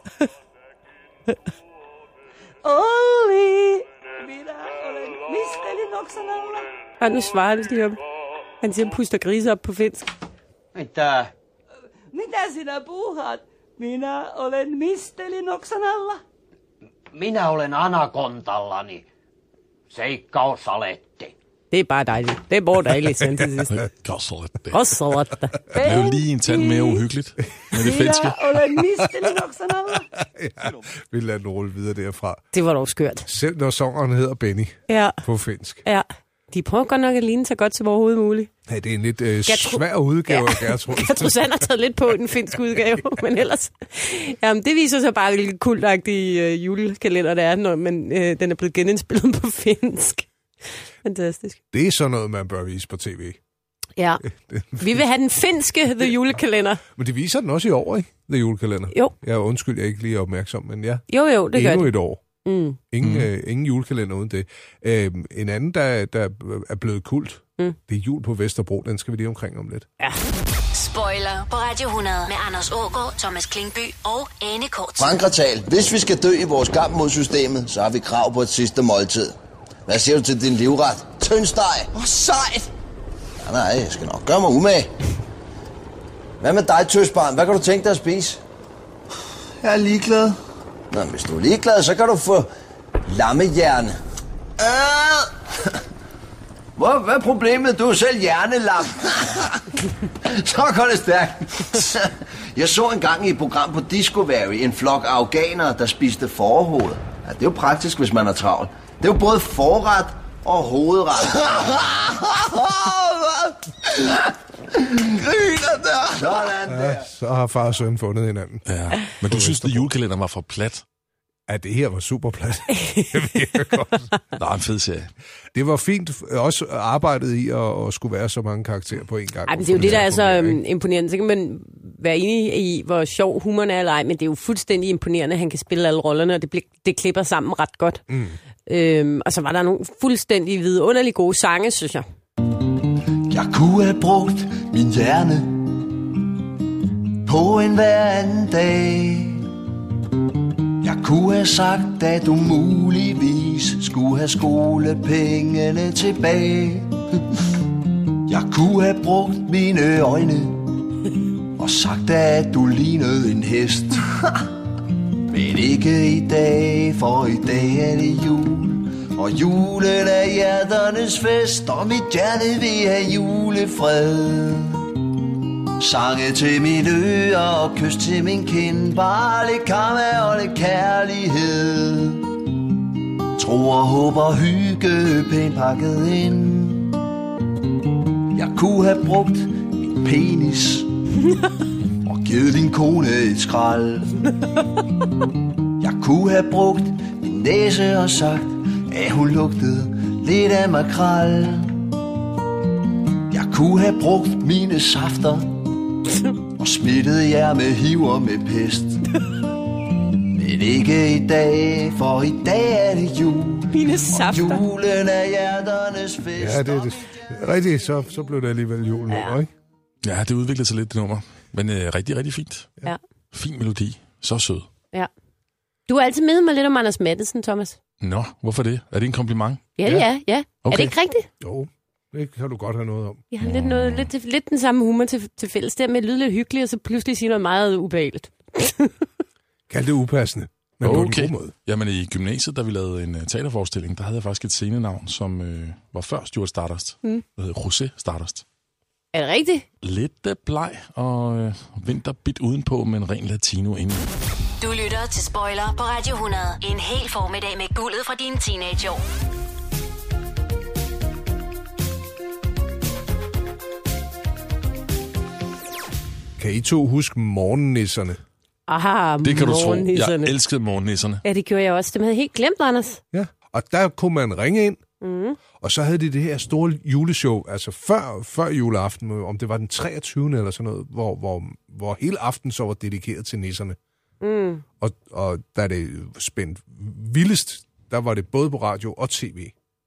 Olli, minä olen Misteli Noksanalla. Og nu svarer det lige om. Han siger, puster grise op på finsk. Mitä? Mitä sinä puuhaat? Minä olen Misteli Noksanalla. Minä olen anakontallani. Seikkausaletti. Det er bare dejligt. Det er bare dejligt, sådan til sidst. Gossalette. Gossalette. Det blev lige en tand mere uhyggeligt med det finske. Ja, vi lader den rulle videre derfra. Det var dog skørt. Selv når sangeren hedder Benny ja. på finsk. Ja. De prøver godt nok at ligne så godt som overhovedet muligt. Ja, det er en lidt øh, svær udgave af ja. Gertrud. Gertrud Sand har taget lidt på den finske udgave, men ellers... Jamen, det viser sig bare, hvilket kultagtige øh, julekalender det er, når man, øh, den er blevet genindspillet på finsk. Fantastisk. Det er sådan noget, man bør vise på tv. Ja. Vi vil have den finske The Julekalender. Men de viser den også i år, ikke? The Julekalender. Jo. Jeg er undskyld, jeg er ikke lige opmærksom, men ja. Jo, jo, det gør det. Endnu et år. Mm. Ingen, mm. øh, ingen julekalender uden det. Øh, en anden, der, der er blevet kult, mm. det er Jul på Vesterbro. Den skal vi lige omkring om lidt. Ja. Spoiler på Radio hundrede med Anders Ågaard, Thomas Klingby og Ane Kort. Frankratal, hvis vi skal dø i vores kamp mod systemet, så har vi krav på et sidste måltid. Hvad siger du til din livret? Tyndsteg. Åh, oh, sejt. Ja, nej, jeg skal nok gøre mig umage. Hvad med dig, tøsbarn? Hvad kan du tænke dig at spise? Jeg er ligeglad. Nå, hvis du er ligeglad, så kan du få lammehjerne. Øh. Hvor, hvad er problemet? Du er selv hjernelam. Så går det stærkt. Jeg så engang i et program på Discovery en flok afghanere, der spiste forhoved. Ja, det er jo praktisk, hvis man er travlt. Det er jo både forret og hovedret. Griner der. Sådan der. Ja, så har far og søn fundet hinanden. Ja. Men du synes, at julekalenderen var for plat? Ja, det her var super plat. Nå, en fed serie. Det var fint også arbejdet i at, at skulle være så mange karakterer på en gang. Ej, men det er jo det, der er så um, imponerende. Så kan man være enig i, hvor sjov humoren er eller ej, men det er jo fuldstændig imponerende, at han kan spille alle rollerne, og det, bl- det klipper sammen ret godt. Mm. Øhm, og så var der nogle fuldstændig vidunderligt gode sange, synes jeg. Jeg kunne have brugt min hjerne på en hver anden dag. Jeg kunne have sagt, at du muligvis skulle have skolepengene tilbage. Jeg kunne have brugt mine øjne og sagt, at du lignede en hest. Men ikke i dag, for i dag er det jul. Og julen er hjerternes fest, og mit hjerte vil have julefred. Sange til mine ører og kys til min kind. Bare lidt karma og lidt kærlighed. Tro og håb og hygge pænt pakket ind. Jeg kunne have brugt min penis og givet din kone et skrald. Jeg kunne have brugt min næse og sagt, at hun lugtede lidt af makrel. Jeg kunne have brugt mine safter og smittet jer med hiv og med pest. Men ikke i dag, for i dag er det jul. Mine safter. Og julen er hjerternes fest. Ja, det er det. Rigtigt, så, så blev det alligevel jul, ja. Ikke? Ja, det udviklede sig lidt, det nummer. Men øh, rigtig, rigtig fint. Ja. Fin melodi. Så sød. Ja. Du har altid med mig lidt om Anders Matthesen, Thomas. Nå, hvorfor det? Er det en kompliment? Ja, ja, ja. Okay. Er det ikke rigtigt? Jo, det kan du godt have noget om. Jeg har lidt, noget, lidt, lidt den samme humor til, til fælles. Der med at lyde lidt hyggeligt, og så pludselig sige noget meget ubehageligt. Kald det upassende, men okay. på en god måde. Jamen i gymnasiet, da vi lavede en uh, teaterforestilling, der havde jeg faktisk et scenenavn, som uh, var før Stuart Stardust. Mm. Der hed José Stardust. Er det rigtigt? Lidt uh, bleg og uh, vinterbit udenpå, men ren latino inden. Du lytter til Spoiler på Radio hundrede. En hel formiddag med guldet fra dine teenageår. Kan I to huske morgennisserne? Aha, det kan du tro. morgennisserne. Jeg elskede morgennisserne. Ja, det gjorde jeg også. Dem havde jeg helt glemt, Anders. Ja, og der kunne man ringe ind, mm. og så havde de det her store juleshow, altså før, før juleaften, om det var den treogtyvende eller sådan noget, hvor, hvor, hvor hele aften så var dedikeret til nisserne. Mm. Og, og da det spændt vildest, der var det både på radio og tv.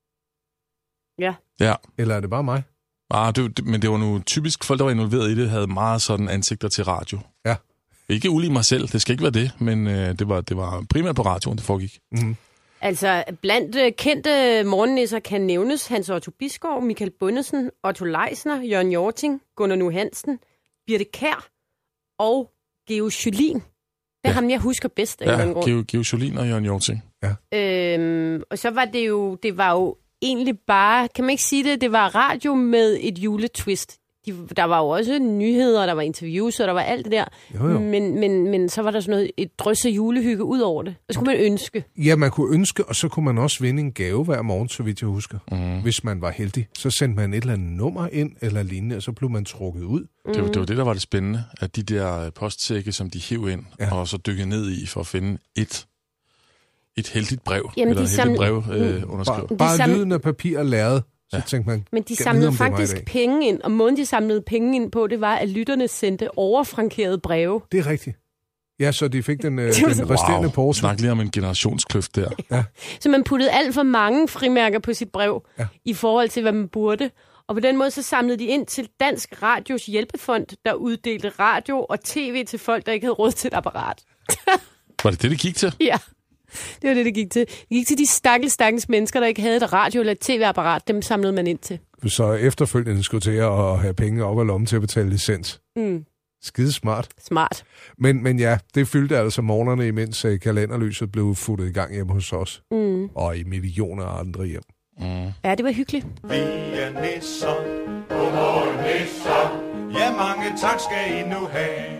Ja. Ja. Eller er det bare mig? Ah, det, det, men det var nu typisk, folk der var involveret i det, havde meget sådan ansigter til radio. Ja. Ikke ulig mig selv, det skal ikke være det, men øh, det, var, det var primært på radioen, det foregik. Mm-hmm. Altså, blandt øh, kendte morgennisser kan nævnes Hans Otto Bisgaard, Michael Bundesen, Otto Leisner, Jørgen Hjorting, Gunnar Nu Hansen, Birte Kjær og Geo Jolin. Det er ja. ham, jeg husker bedst. Ja, Geo, Geo Jolin og Jørgen Hjorting. Ja. Øhm, og så var det jo, det var jo egentlig bare, kan man ikke sige det, det var radio med et juletwist. De, der var jo også nyheder, der var interviews, og der var alt det der. Jo, jo. Men, men, men så var der sådan noget, et drøs af julehygge ud over det. Og så kunne man ønske. Ja, man kunne ønske, og så kunne man også vinde en gave hver morgen, så vidt jeg husker. Mm. Hvis man var heldig. Så sendte man et eller andet nummer ind, eller lignende, og så blev man trukket ud. Mm. Det, var, det var det, der var det spændende, at de der postsække, som de hiv ind, ja. og så dykkede ned i for at finde et, et heldigt brev. Jamen, eller et samle... heldigt brev øh, underskrevet. Bare, bare samle... lyden af papir og lærred. Så ja. tænkte man, men de samlede faktisk penge ind, og måden de samlede penge ind på, det var, at lytterne sendte overfrankerede breve. Det er rigtigt. Ja, så de fik den, øh, den resterende wow. porto. Snak lige om en generationskløft der. Ja. Så man puttede alt for mange frimærker på sit brev, ja. i forhold til, hvad man burde. Og på den måde, så samlede de ind til Dansk Radios hjælpefond, der uddelte radio og tv til folk, der ikke havde råd til et apparat. Var det det, det gik til? Ja. Det var det, det gik til. Det gik til de stakkels, stakkels mennesker, der ikke havde et radio- eller et tv-apparat. Dem samlede man ind til. Så efterfølgende skulle til at have penge op af lommen til at betale licens. Mm. Skide smart. Smart. Men, men ja, det fyldte altså morgenerne, imens kalenderlyset blev futtet i gang hjemme hos os. Mm. Og i millioner af andre hjem. Mm. Ja, det var hyggeligt. Vi er nisser. Godmorgen, nisser. Ja, mange tak skal I nu have.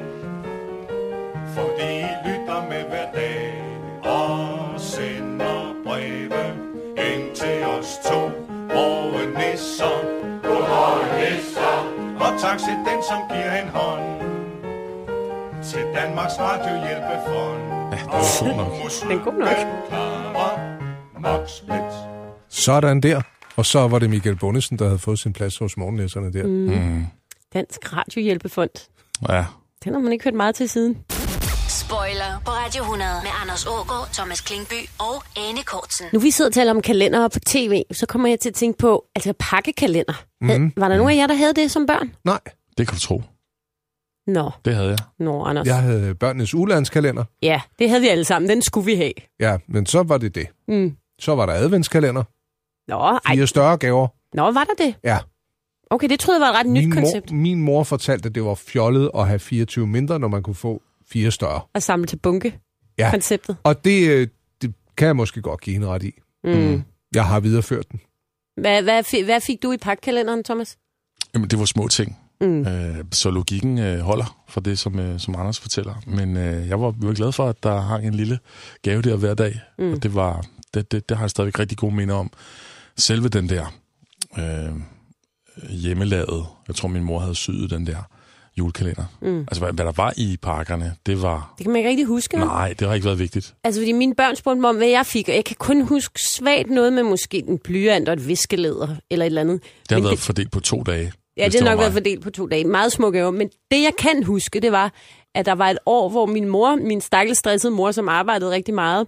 Fordi I lytter med hver dag. Og sender breve ind til os to morgennisser. Godmorgennisser. Og tak til den, som giver en hånd til Danmarks Radio Hjælpefond. Ja, det er god nok. Den er god nok. Sådan der. Og så var det Michael Bundesen, der havde fået sin plads hos morgennisserne der. Mm. Mm. Dansk Radio Hjælpefond. Ja. Den har man ikke hørt meget til siden. Spoiler på Radio hundrede med Anders Ågaard, Thomas Klingby og Ane Kortsen. Nu vi sidder og taler om kalendere på tv, så kommer jeg til at tænke på, altså pakkekalender. Mm. Var der nogen af jer, der havde det som børn? Nej. Det kan du tro. Nå. Det havde jeg. Nå, Anders. Jeg havde børnenes ulandskalender. Ja, det havde vi alle sammen. Den skulle vi have. Ja, men så var det det. Mm. Så var der adventskalender. Nå, ej. Fire større gaver. Nå, var der det? Ja. Okay, det troede jeg var et ret min nyt mor, koncept. Min mor fortalte, at det var fjollet at have fireogtyve mindre, når man kunne få fire større. Og samle til bunke. Ja. Konceptet. Og det, det kan jeg måske godt give en ret i. Mm. Jeg har videreført den. Hvad, hvad, hvad fik du i pakkekalenderen, Thomas? Jamen, det var små ting. Mm. Øh, så logikken øh, holder for det, som, øh, som Anders fortæller. Men øh, jeg var, var glad for, at der hang en lille gave der hver dag. Mm. Og det, var, det, det, det har jeg stadigvæk rigtig gode minder om. Selve den der øh, hjemmelavet, jeg tror min mor havde syet den der julekalender. Mm. Altså hvad, hvad der var i pakkerne, det var... Det kan man ikke rigtig huske. Nej, det har ikke været vigtigt. Altså fordi mine børn spurgte mig om, hvad jeg fik, og jeg kan kun huske svagt noget med måske en blyant og et viskelæder eller et eller andet. Det har Men været det... fordelt på to dage. Ja, det har nok været fordelt på to dage. Meget små gaver. Men det, jeg kan huske, det var, at der var et år, hvor min mor, min stakkels stressede mor, som arbejdede rigtig meget,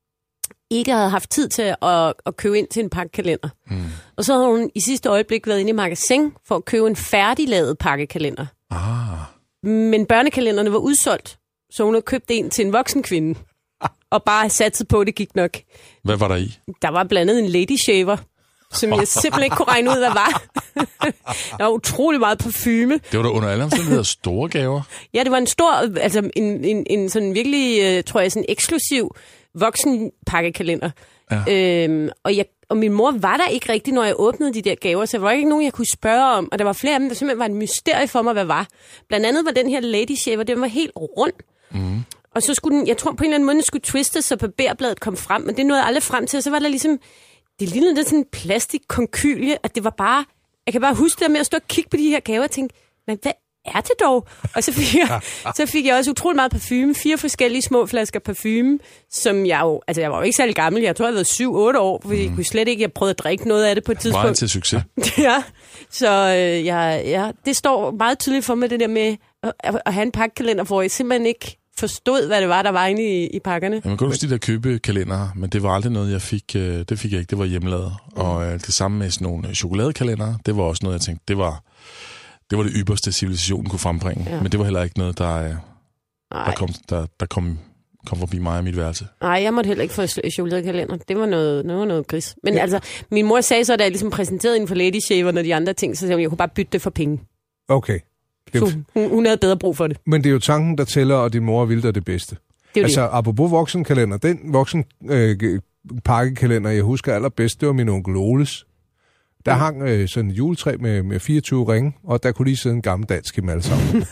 ikke havde haft tid til at, at købe ind til en pakkekalender. Mm. Og så havde hun i sidste øjeblik været inde i magasin for at købe en færdiglavet pakkekalender. Ah. Men børnekalenderne var udsolgt, så hun havde købt en til en voksen kvinde. Og bare satset på, at det gik nok. Hvad var der i? Der var blandet en lady shaver, som jeg simpelthen ikke kunne regne ud, hvad var. Der var utrolig meget parfume. Det var da under alle omstændigheder store gaver. Ja, det var en stor, altså en, en, en sådan virkelig, uh, tror jeg, sådan eksklusiv voksen pakkekalender. Ja. Øhm, og, jeg, og min mor var der ikke rigtig, når jeg åbnede de der gaver, så der var ikke nogen, jeg kunne spørge om. Og der var flere af dem, der simpelthen var en mysterie for mig, hvad var. Blandt andet var den her lady shaver, den var helt rund. Mm. Og så skulle den, jeg tror på en eller anden måde, den skulle twistes, så barberbladet kom frem, men det nåede aldrig frem til, og så var der ligesom, det lignede lidt sådan en plastikkonkylie, at det var bare, jeg kan bare huske det med at stå og kigge på de her gaver og tænke, men hvad er det dog? Og så fik jeg, så fik jeg også utrolig meget parfume, fire forskellige små flasker parfume, som jeg jo, altså jeg var jo ikke særlig gammel, jeg tror jeg havde været syv otte år, fordi mm. jeg kunne slet ikke, jeg prøvede at drikke noget af det på et tidspunkt. Meget til succes. Ja, så øh, jeg, ja, det står meget tydeligt for mig, det der med at, at have en pakkekalender, hvor jeg simpelthen ikke forstod, hvad det var, der var inde i, i pakkerne. Ja, man kunne huske de der købekalendere, men det var aldrig noget, jeg fik. Øh, det fik jeg ikke, det var hjemmelavet. Mm. Og øh, det samme med sådan nogle chokoladekalendere, det var også noget, jeg tænkte, det var det, var det ypperste, civilisationen kunne frembringe. Ja. Men det var heller ikke noget, der, øh, der, kom, der, der kom, kom forbi mig og mit værelse. Nej, jeg måtte heller ikke få chokoladekalender. Det var noget, noget, noget gris. Men ja. altså, min mor sagde så, da jeg ligesom præsenterede inden for Lady Shaver og de andre ting, så sagde hun, jeg kunne bare bytte det for penge. Okay. Så hun, hun havde bedre brug for det. Men det er jo tanken, der tæller, og din mor vil dig det bedste. Det er altså, det. Apropos voksenkalender, den voksen øh, pakkekalender, jeg husker allerbedst, det var min onkel Oles. Der mm. hang øh, sådan et juletræ med, med fireogtyve ringe, og der kunne lige sidde en gammel dansk i dem alle sammen.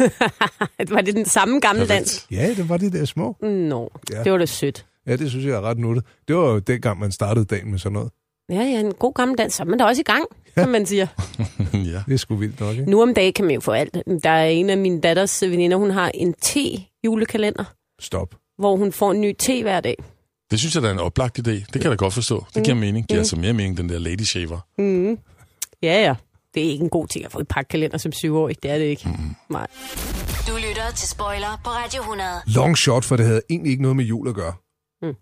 Var det den samme gamle dansk? Ja, det var de der små. Nå, ja. Det var da sødt. Ja, det synes jeg er ret nuttet. Det var jo dengang, man startede dagen med sådan noget. Ja, ja, en god gammel dans, så er man da også i gang, som man siger. Ja. Det er sgu vildt nok, ikke? Nu om dagen kan man jo få alt. Der er en af min datters veninder, hun har en te-julekalender. Stop. Hvor hun får en ny te hver dag. Det synes jeg, der er en oplagt idé. Det kan jeg da godt forstå. Det giver mm. mening. Det giver mm. altså mere mening, den der lady shaver. Mm. Ja, ja. Det er ikke en god ting at få et pakkekalender som syvårig. Det er det ikke. Mm. Nej. Du lytter til Spoiler på Radio hundrede. Long shot, for det havde egentlig ikke noget med jul at gøre. Mm.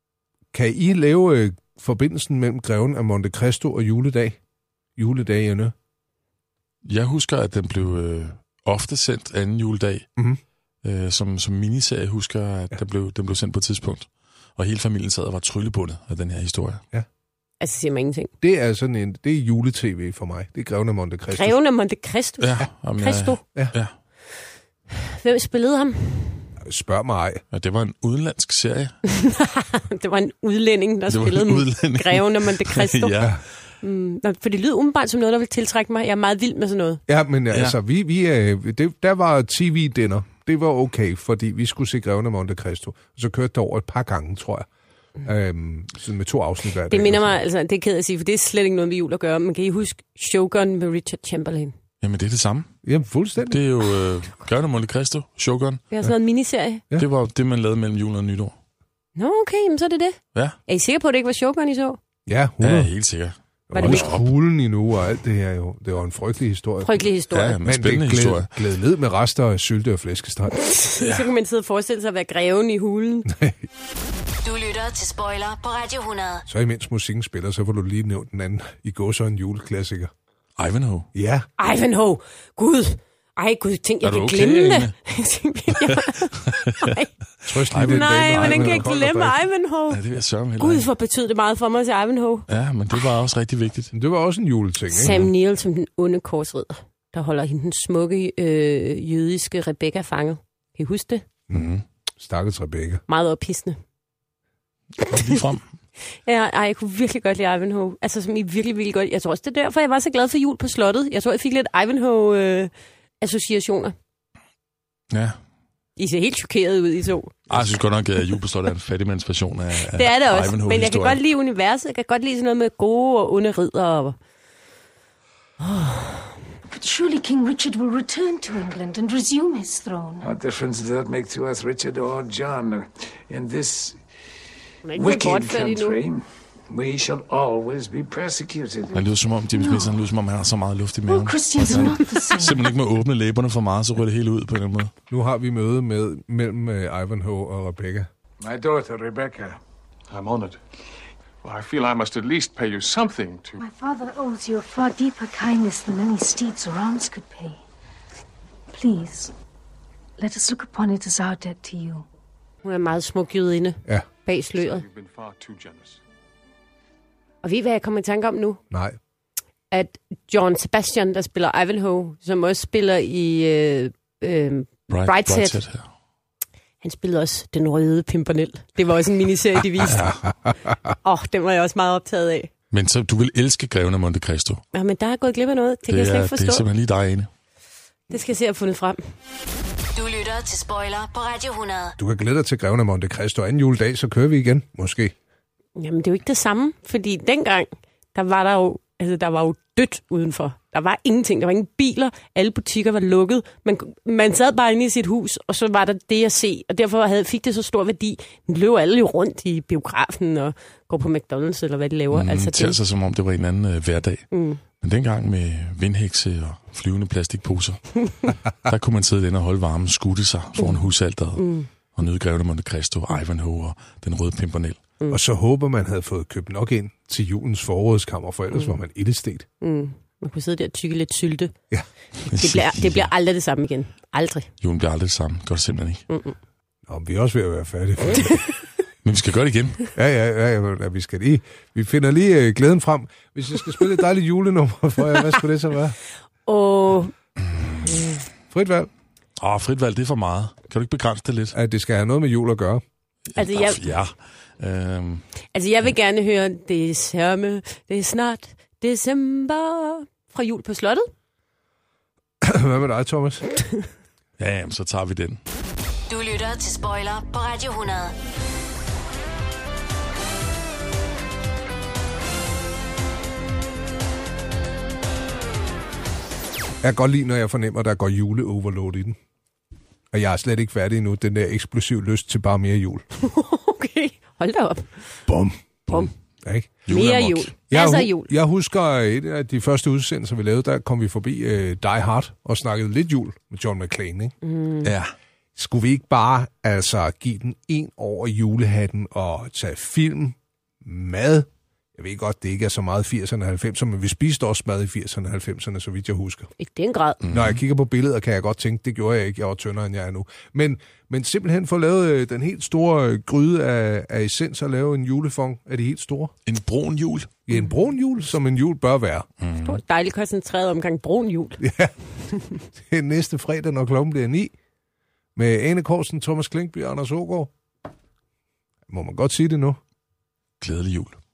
Kan I lave øh, forbindelsen mellem Greven af Monte Cristo og juledag? Juledagene? Jeg husker, at den blev øh, ofte sendt anden juledag. Mm-hmm. Øh, som, som miniserie husker, at ja. den, blev, den blev sendt på et tidspunkt. Og hele familien sad og var tryllebundet af den her historie. Ja. Altså siger man ingenting. Det er sådan en, det er juletv for mig. Det er Greven af Monte Cristo. Greven af Monte Cristo? Ja. Jamen, Cristo? Ja. ja. Hvem spillede ham? Spørg mig ej. Ja, det var en udenlandsk serie. Det var en udlænding, der spillede udlænding. Greven af Monte Cristo. Ja. Mm, for det lyder umiddelbart som noget, der vil tiltrække mig. Jeg er meget vild med sådan noget. Ja, men ja. altså, vi, vi, det, der var T V-dinner. Det var okay, fordi vi skulle se Greven af Monte Cristo. Og så kørte det over et par gange, tror jeg. Mm. Øhm, sådan med to afsnit hver dag. Det minder mig, altså, det er ked at sige, for det er slet ikke noget med jul at gøre. Men kan I huske Shogun med Richard Chamberlain? Jamen, det er det samme. Jamen, fuldstændig. Det er jo øh, Greven af Monte Cristo, Shogun. Det er sådan noget miniserie. Ja. Det var det, man lavede mellem jul og nytår. Nå, okay, men så er det det. Ja. Er I sikre på, at det ikke var Shogun, I så? Ja, hundrede. Ja, helt sikkert. Var det hulen endnu og alt det her jo. Det var en frygtelig historie. Frygtelig historie. Ja, men spændende det historie. Glæd ned med rester af sylte og flæskesteg. Ja. Så kan man sidde og forestille sig at være greven i hulen. Du lytter til Spoiler på Radio hundrede. Så imens musikken spiller, så får du lige nævnt den anden i går så en juleklassiker. Ivanhoe. Ja. Ivanhoe. Gud. Ej, gud, tænk, jeg kan okay, glemme det. Trøst lige den Nej, hvordan kan jeg glemme Ivanhoe? Ja, det vil jeg sørge med. Gud, hvor betød det meget for mig til Ivanhoe. Ja, men det var også rigtig vigtigt. Det var også en juleting, ikke? Sam Neill som den onde korsridder, der holder hende den smukke øh, jødiske Rebecca fanget. Kan I huske det? Mm-hmm. Stakkels Rebecca. Meget ophidsende. Lige frem. Ja, ej, jeg kunne virkelig godt lide Ivanhoe. Altså, som I virkelig, virkelig godt. Jeg tror også, det er derfor, jeg var så glad for jul på slottet. Jeg tror, jeg fik lidt Ivanhoe-associationer. Øh, ja. I ser helt chokeret ud, I to. Ej, jeg synes godt nok, at jul på slottet er en fattigmands version af, af det er det også, Ivanhoe men jeg historie. kan godt lide universet. Jeg kan godt lide sådan noget med gode og onde ridder. Og... Oh. But surely King Richard will return to England and resume his throne. What difference does that make to us, Richard or John, in this wicked country? We shall always be persecuted. Han lyder som om, James Smith, han lyder som om, han har så meget luft i maven. Oh, Christian's not the same. Simpelthen ikke med åbne læberne for meget, så ryger det hele ud på den måde. Nu har vi møde med, mellem uh, Ivanhoe og Rebecca. My daughter, Rebecca. I'm honored. Well, I feel I must at least pay you something to... My father owes you a far deeper kindness than any steeds or arms could pay. Please, let us look upon it as our debt to you. Hun er meget smuk jødinde ja. bag sløret. You've been far too generous. Og ved I, hvad jeg kommer i tanke om nu? Nej. At John Sebastian, der spiller Ivanhoe, som også spiller i øh, øh, Brideshead, han spillede også Den Røde Pimpernel. Det var også en miniserie, de viste. Åh, oh, den var jeg også meget optaget af. Men så du vil elske Greven af Monte Cristo. Ja, men der er gået glip af noget. Det, det kan jeg slet ikke forstå. Det er simpelthen lige dig, Ane. Det skal jeg se at fundet frem. Du lytter til Spoiler på Radio hundrede. Du kan glæde dig til Greven af Monte Cristo. Anden juledag, så kører vi igen, måske. Jamen, det er jo ikke det samme, fordi dengang, der var der jo, altså, der var jo dødt udenfor. Der var ingenting, der var ingen biler, alle butikker var lukket. Man, man sad bare inde i sit hus, og så var der det at se, og derfor havde, fik det så stor værdi. Nu løb alle jo rundt i biografen og går på McDonald's, eller hvad de laver. Mm, altså, det er sig som om, det var en anden øh, hverdag. Mm. Men dengang med vindhekse og flyvende plastikposer, der kunne man sidde den og holde varmen, skutte sig foran mm. husalteret, mm. og nyde Greven af Monte Cristo, Ivanhoe og Den Røde Pimpernel. Mm. Og så håber man havde fået købt nok ind til julens forrådskammer, for ellers mm. var man ildestet. Mm. Man kunne sidde der og tykke lidt sylte. Ja. Det bliver, det bliver aldrig det samme igen. Aldrig. Julen bliver aldrig det samme. Gør det simpelthen ikke. Mm-mm. Nå, vi er også ved at være færdige. Men vi skal gøre det igen. Ja, ja, ja, ja, vi skal lige. Vi finder lige uh, glæden frem. Hvis jeg skal spille et dejligt julenummer for jer, hvad skulle det så være? Og... Mm. Frit valg. Åh, oh, frit valg, det er for meget. Kan du ikke begrænse det lidt? At det skal have noget med jul at gøre. Altså, jeg... Ja. Øhm... Altså, jeg vil gerne høre, det er samme, det er snart december fra Jul på Slottet. Hvad med dig, Thomas? Ja, jamen, så tager vi den. Du lytter til Spoiler på Radio hundrede. Jeg kan godt lide, når jeg fornemmer, at der går juleoverload i den. Og jeg er slet ikke færdig endnu. Den der eksplosiv lyst til bare mere jul. Okay, hold da op. Bum. Bum. Ja, ikke? Mere jul. Jeg, altså jul. Jeg husker et af de første udsendelser, vi lavede, der kom vi forbi uh, Die Hard og snakkede lidt jul med John McClane. Ikke? Mm. Ja. Skulle vi ikke bare altså give den en over julehatten og tage film, mad? Jeg ved godt, det ikke er så meget firserne og halvfemserne, men vi spiste også mad i firserne og halvfemserne, så vidt jeg husker. I den grad. Mm. Når jeg kigger på billeder, kan jeg godt tænke, det gjorde jeg ikke. Jeg var tyndere, end jeg er nu. Men, men simpelthen få lavet øh, den helt store gryde af, af essens og lave en julefong af de helt store. En brun jul? Ja, en brun jul, som en jul bør være. Mm. Stor, dejligt koncentreret omgang brun jul. Ja, det er næste fredag, når klokken bliver ni. Med Ane Korsen, Thomas Klinkby og Anders Ågaard. Må man godt sige det nu? Glædelig jul.